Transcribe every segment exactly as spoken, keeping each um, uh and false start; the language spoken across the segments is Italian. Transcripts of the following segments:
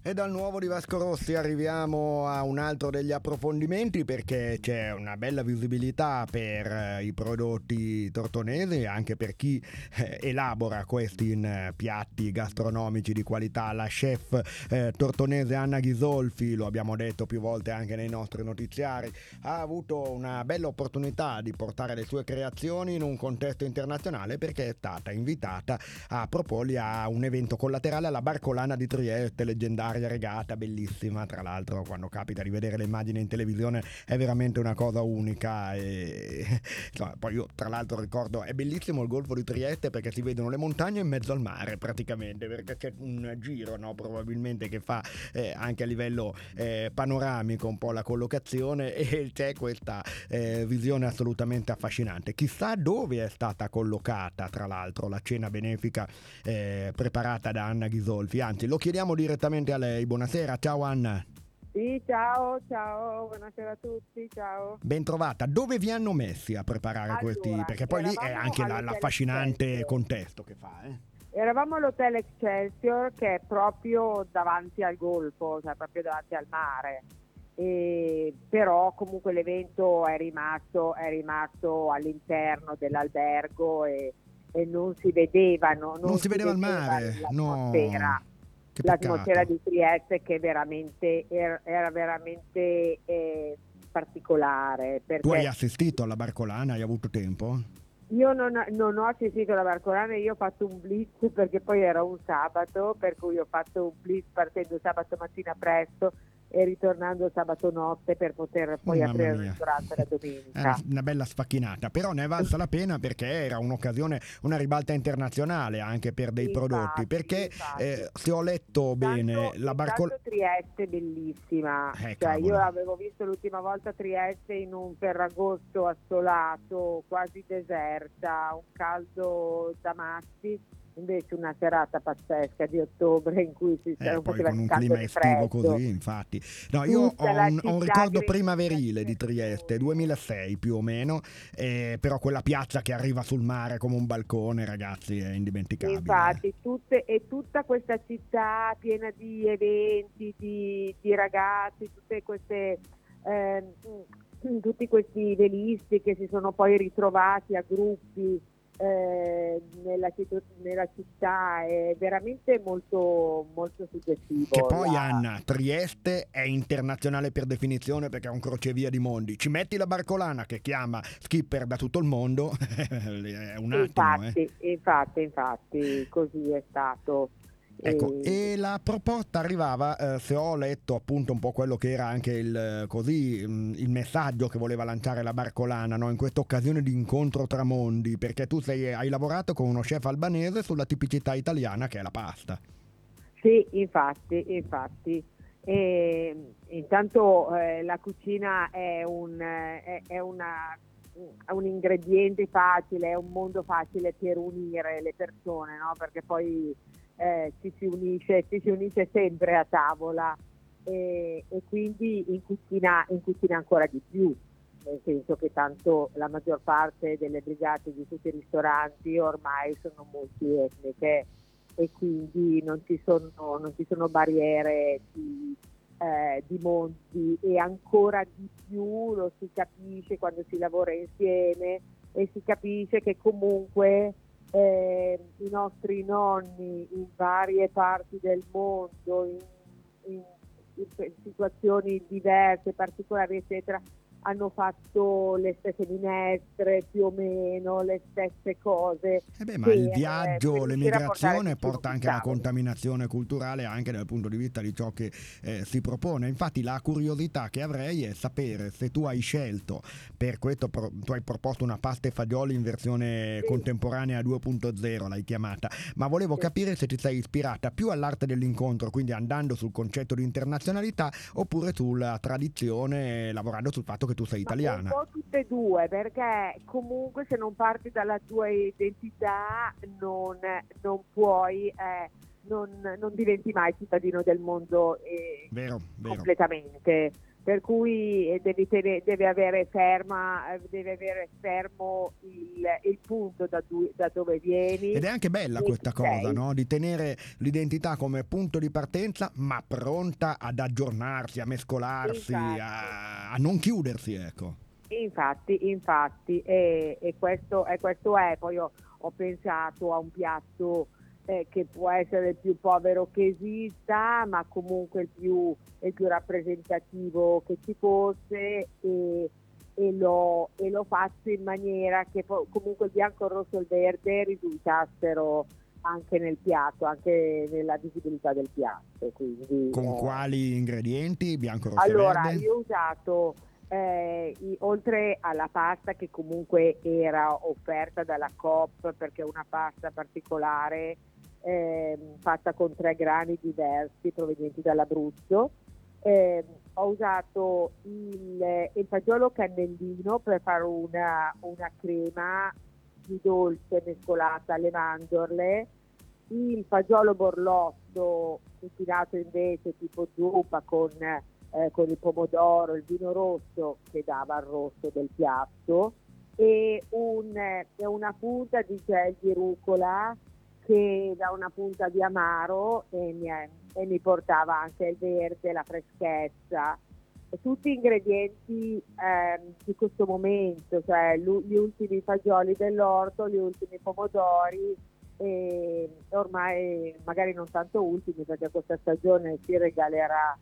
E dal nuovo di Vasco Rossi arriviamo a un altro degli approfondimenti, perché c'è una bella visibilità per eh, i prodotti tortonesi, anche per chi eh, elabora questi in eh, piatti gastronomici di qualità. La chef eh, tortonese Anna Ghisolfi, lo abbiamo detto più volte anche nei nostri notiziari, ha avuto una bella opportunità di portare le sue creazioni in un contesto internazionale, perché è stata invitata a proporli a un evento collaterale alla Barcolana di Trieste, leggendaria regata, bellissima. Tra l'altro, quando capita di vedere le immagini in televisione è veramente una cosa unica. E insomma, poi io tra l'altro ricordo, è bellissimo il golfo di Trieste perché si vedono le montagne in mezzo al mare praticamente, perché c'è un giro, no, probabilmente che fa eh, anche a livello eh, panoramico un po' la collocazione, e c'è questa eh, visione assolutamente affascinante. Chissà dove è stata collocata tra l'altro la cena benefica eh, preparata da Anna Ghisolfi, anzi lo chiediamo direttamente a lei. Buonasera, ciao Anna. Sì, ciao, ciao, buonasera a tutti, ciao. Ben trovata. Dove vi hanno messi a preparare questi? Allora, Perché poi lì è eravamo anche la, all'Hotel l'affascinante Excelsior. contesto che fa, eh? Eravamo all'Hotel Excelsior, che è proprio davanti al golfo, cioè proprio davanti al mare. E, però comunque l'evento è rimasto, è rimasto all'interno dell'albergo e, e non si vedevano, Non non si si vedeva il vedeva mare? No, l'atmosfera. che L'atmosfera peccato. di Trieste, che veramente era, era veramente eh, particolare, Tu hai perché assistito alla Barcolana? Hai avuto tempo? io non, non ho assistito alla Barcolana, io ho fatto un blitz perché poi era un sabato, per cui ho fatto un blitz partendo sabato mattina presto e ritornando sabato notte per poter Oh, poi mamma aprire il mia, ristorante la è una, domenica. una bella sfacchinata, però ne è valsa la pena, perché era un'occasione, una ribalta internazionale anche per dei prodotti, Infatti, perché infatti. eh, se ho letto bene Intanto, la Barcolana... intanto Trieste è bellissima, Eh, cioè io cavolo. avevo visto l'ultima volta Trieste in un ferragosto assolato, quasi deserta, un caldo da matti, invece una serata pazzesca di ottobre in cui si, Eh, non poi faceva con né un caldo clima né estivo freddo, così, infatti. No, io tutta ho la un, ho un città ricordo gremita di primaverile di Trieste, persone. duemilasei più o meno, eh, però quella piazza che arriva sul mare come un balcone, ragazzi, è indimenticabile. Infatti, tutte, e tutta questa città piena di eventi, di, di ragazzi, tutte queste, ehm, tutti questi velisti che si sono poi ritrovati a gruppi eh, nella, citt- nella città, è veramente molto, molto Che suggestivo. poi, La, Anna, Trieste è internazionale per definizione, perché è un crocevia di mondi. Ci metti la Barcolana che chiama skipper da tutto il mondo, è un attimo, eh. infatti, infatti, infatti, così è stato. Ecco, E, e la proposta arrivava, eh, se ho letto appunto un po' quello che era anche il, eh, così, mh, il messaggio che voleva lanciare la Barcolana, no? In questa occasione di incontro tra mondi, perché tu sei, hai lavorato con uno chef albanese sulla tipicità italiana, che è la pasta. Sì, infatti, infatti. E, intanto eh, la cucina è un, eh, è, è una- è un ingrediente facile, è un mondo facile per unire le persone, no? Perché poi eh, ci si unisce, ci si unisce sempre a tavola e, e quindi in cucina, in cucina ancora di più, nel senso che tanto la maggior parte delle brigate di tutti i ristoranti ormai sono multietniche e quindi non ci sono, non ci sono barriere di, eh, di mondi, e ancora di più lo si capisce quando si lavora insieme e si capisce che comunque eh, i nostri nonni in varie parti del mondo, in, in- in situazioni diverse, particolari, eccetera, hanno fatto le stesse minestre, più o meno le stesse cose Eh beh, ma per, il eh, per viaggio, riuscire a portare l'emigrazione tutti porta sul anche alla tavolo. contaminazione culturale, anche dal punto di vista di ciò che eh, si propone. Infatti la curiosità che avrei è sapere se tu hai scelto, per questo pro- tu hai proposto una pasta e fagioli in versione Sì, contemporanea due punto zero, l'hai chiamata, ma volevo sì. capire se ti sei ispirata più all'arte dell'incontro, quindi andando sul concetto di internazionalità, oppure sulla tradizione, lavorando sul fatto che tu sei Ma un italiana. po' tutte e due, perché comunque se non parti dalla tua identità non, non puoi, eh, non, non diventi mai cittadino del mondo eh, Vero, vero. completamente. per cui eh, devi tenere, deve avere ferma, eh, deve avere fermo il, il punto da, du- da dove vieni Ed è anche bella e questa chi cosa, sei. no? Di tenere l'identità come punto di partenza, ma pronta ad aggiornarsi, a mescolarsi, Infatti, a, a non chiudersi, ecco. infatti, infatti, e, e questo, e questo è. Poi ho, ho pensato a un piatto eh, che può essere il più povero che esista, ma comunque il più, il più rappresentativo che ci fosse, e, e lo, e lo faccio in maniera che po- comunque il bianco, il rosso e il verde risultassero anche nel piatto, anche nella visibilità del piatto. Quindi, Con eh, quali ingredienti? Bianco, rosso e allora, verde? io ho usato, eh, i- oltre alla pasta che comunque era offerta dalla Coop, perché è una pasta particolare, ehm, fatta con tre grani diversi provenienti dall'Abruzzo, ehm, ho usato il, il fagiolo cannellino per fare una, una crema di dolce mescolata alle mandorle, il fagiolo borlotto cucinato invece tipo zuppa con, eh, con il pomodoro, il vino rosso che dava il rosso del piatto, e, un, eh, e una punta di gel di rucola che da una punta di amaro, e mi, è- e mi portava anche il verde, la freschezza. E tutti ingredienti ehm, di questo momento, cioè lu- gli ultimi fagioli dell'orto, gli ultimi pomodori, e ormai magari non tanto ultimi, perché questa stagione si regalerà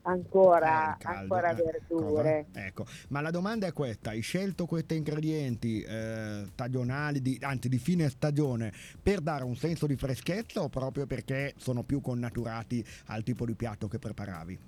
Eh, il ancora, caldo, ancora eh, cosa? verdure. Ecco, ma la domanda è questa: hai scelto questi ingredienti eh, stagionali, di, anzi di fine stagione, per dare un senso di freschezza o proprio perché sono più connaturati al tipo di piatto che preparavi?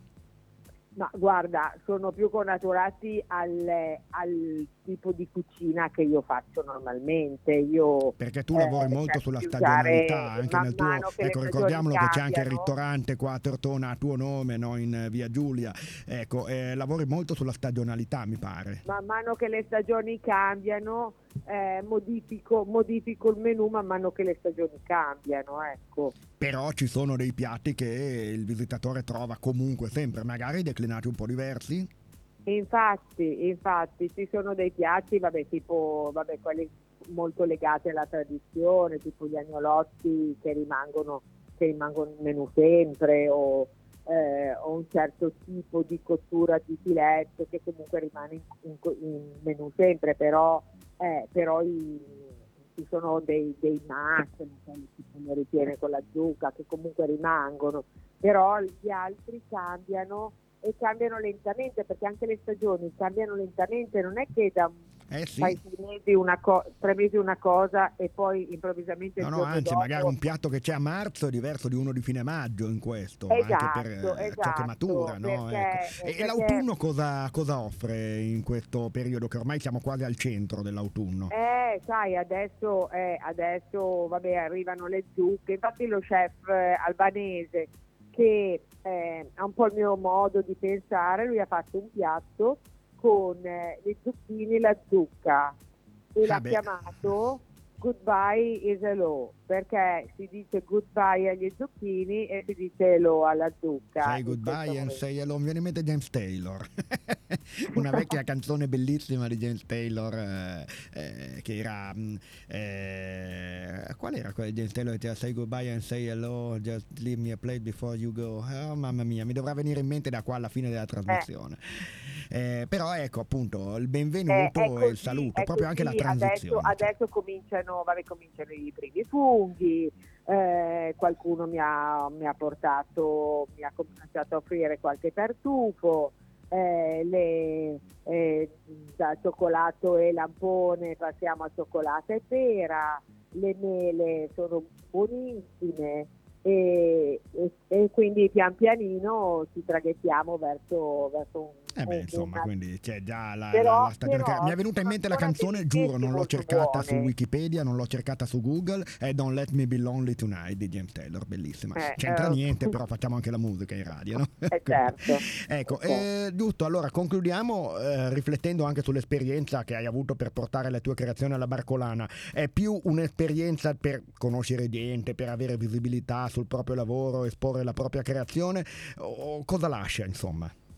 Ma guarda, sono più connaturati al, al tipo di cucina che io faccio normalmente. Io Perché tu lavori eh, molto cerco sulla di usare stagionalità, anche man nel tuo, mano che le ecco, stagioni ricordiamolo che c'è anche il cambiano. ristorante qua a Tortona a tuo nome, no? In eh, via Giulia, ecco, eh, lavori molto sulla stagionalità, mi pare. Man mano che le stagioni cambiano, eh, modifico, modifico il menù man mano che le stagioni cambiano, ecco. Però ci sono dei piatti che il visitatore trova comunque sempre, magari declinati un po' diversi. Infatti, infatti ci sono dei piatti, vabbè, tipo, vabbè, quelli molto legati alla tradizione, tipo gli agnolotti che rimangono, che rimangono in menù sempre, o, eh, o un certo tipo di cottura di filetto che comunque rimane in, in, in menù sempre, però, eh, però i, ci sono dei, dei massimi, tipo le ripiene con la zucca, che comunque rimangono, però gli altri cambiano, e cambiano lentamente, perché anche le stagioni cambiano lentamente, non è che da Eh sì, fai sei mesi una co- tre mesi una cosa e poi improvvisamente no il no, giorno anzi magari dopo. un piatto che c'è a marzo è diverso di uno di fine maggio in questo, anche per Esatto, eh, ciò che matura, esatto, no? Ecco. perché, eh, E perché l'autunno cosa, cosa offre in questo periodo, che ormai siamo quasi al centro dell'autunno? eh, sai, adesso, eh, adesso vabbè, arrivano le zucche, infatti lo chef eh, albanese, che eh, ha un po' il mio modo di pensare, lui ha fatto un piatto con eh, le zucchine e la zucca, e Ah l'ha beh, chiamato Goodbye is hello, perché si dice goodbye agli zucchini e si dice hello alla zucca say in questo goodbye and momento. say hello, mi viene in mente James Taylor. Una vecchia canzone bellissima di James Taylor eh, eh, che era mh, eh, qual era quella di James Taylor che diceva say goodbye and say hello, just leave me a plate before you go. Oh mamma mia, mi dovrà venire in mente da qua alla fine della Eh, trasmissione. Eh, però ecco appunto il è, è benvenuto e il così, saluto, è proprio anche la così, adesso, transizione, cioè. adesso cominciano, vabbè, cominciano i primi funghi, eh, qualcuno mi ha, mi ha portato, mi ha cominciato a offrire qualche tartufo, eh, le, eh, da cioccolato e lampone passiamo a cioccolata e pera, le mele sono buonissime, e, e- e quindi pian pianino ci traghettiamo verso, verso un, Eh beh, un- insomma, una. quindi c'è già la, la- Però, la stagione che... Mi però è ci venuta in sono mente la ancora canzone, delle giuro, fette non l'ho molto cercata su buone. Wikipedia, non l'ho cercata su Google, è Don't Let Me Be Lonely Tonight di James Taylor, bellissima. Eh, C'entra eh, niente, però facciamo anche la musica in radio, no? eh, Quindi, certo, ecco, eh, certo. eh, giusto, allora concludiamo eh, riflettendo anche sull'esperienza che hai avuto per portare le tue creazioni alla Barcolana. È più un'esperienza per conoscere gente, per avere visibilità sul proprio lavoro, esporre la propria creazione, o cosa lascia, insomma?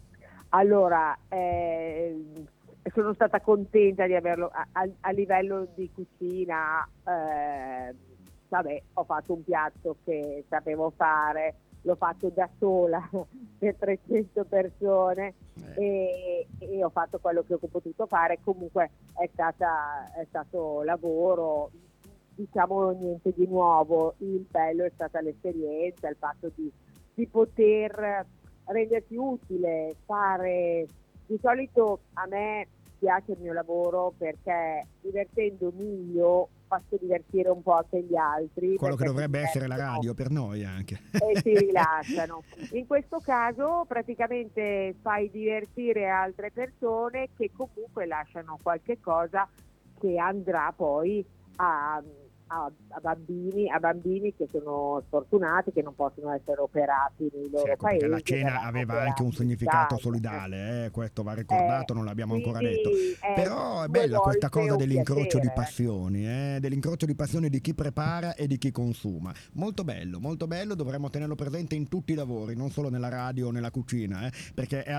Allora, eh, sono stata contenta di averlo a, a- a livello di cucina. Eh, vabbè, ho fatto un piatto che sapevo fare, l'ho fatto da sola per trecento persone e, e ho fatto quello che ho potuto fare. Comunque è stata, è stato lavoro, diciamo niente di nuovo. Il bello è stata l'esperienza, il fatto di, di poter rendersi utile, fare. Di solito a me piace il mio lavoro perché divertendomi io faccio divertire un po' anche gli altri, Quello che perché si dovrebbe essere la divertono radio per noi anche. e si rilassano. In questo caso praticamente fai divertire altre persone che comunque lasciano qualche cosa che andrà poi a, a- a bambini, a bambini che sono sfortunati, che non possono essere operati nei Sì, loro ecco, perché la paesi, cena verranno aveva anche un operati in significato Italia. Eh, solidale, eh, questo va eh, ricordato, non l'abbiamo ancora detto. quindi è Però è due bella questa volte cosa un dell'incrocio di piacere. passioni, eh, dell'incrocio di passioni di chi prepara e di chi consuma. Molto bello, molto bello, dovremmo tenerlo presente in tutti i lavori, non solo nella radio o nella cucina, eh, perché è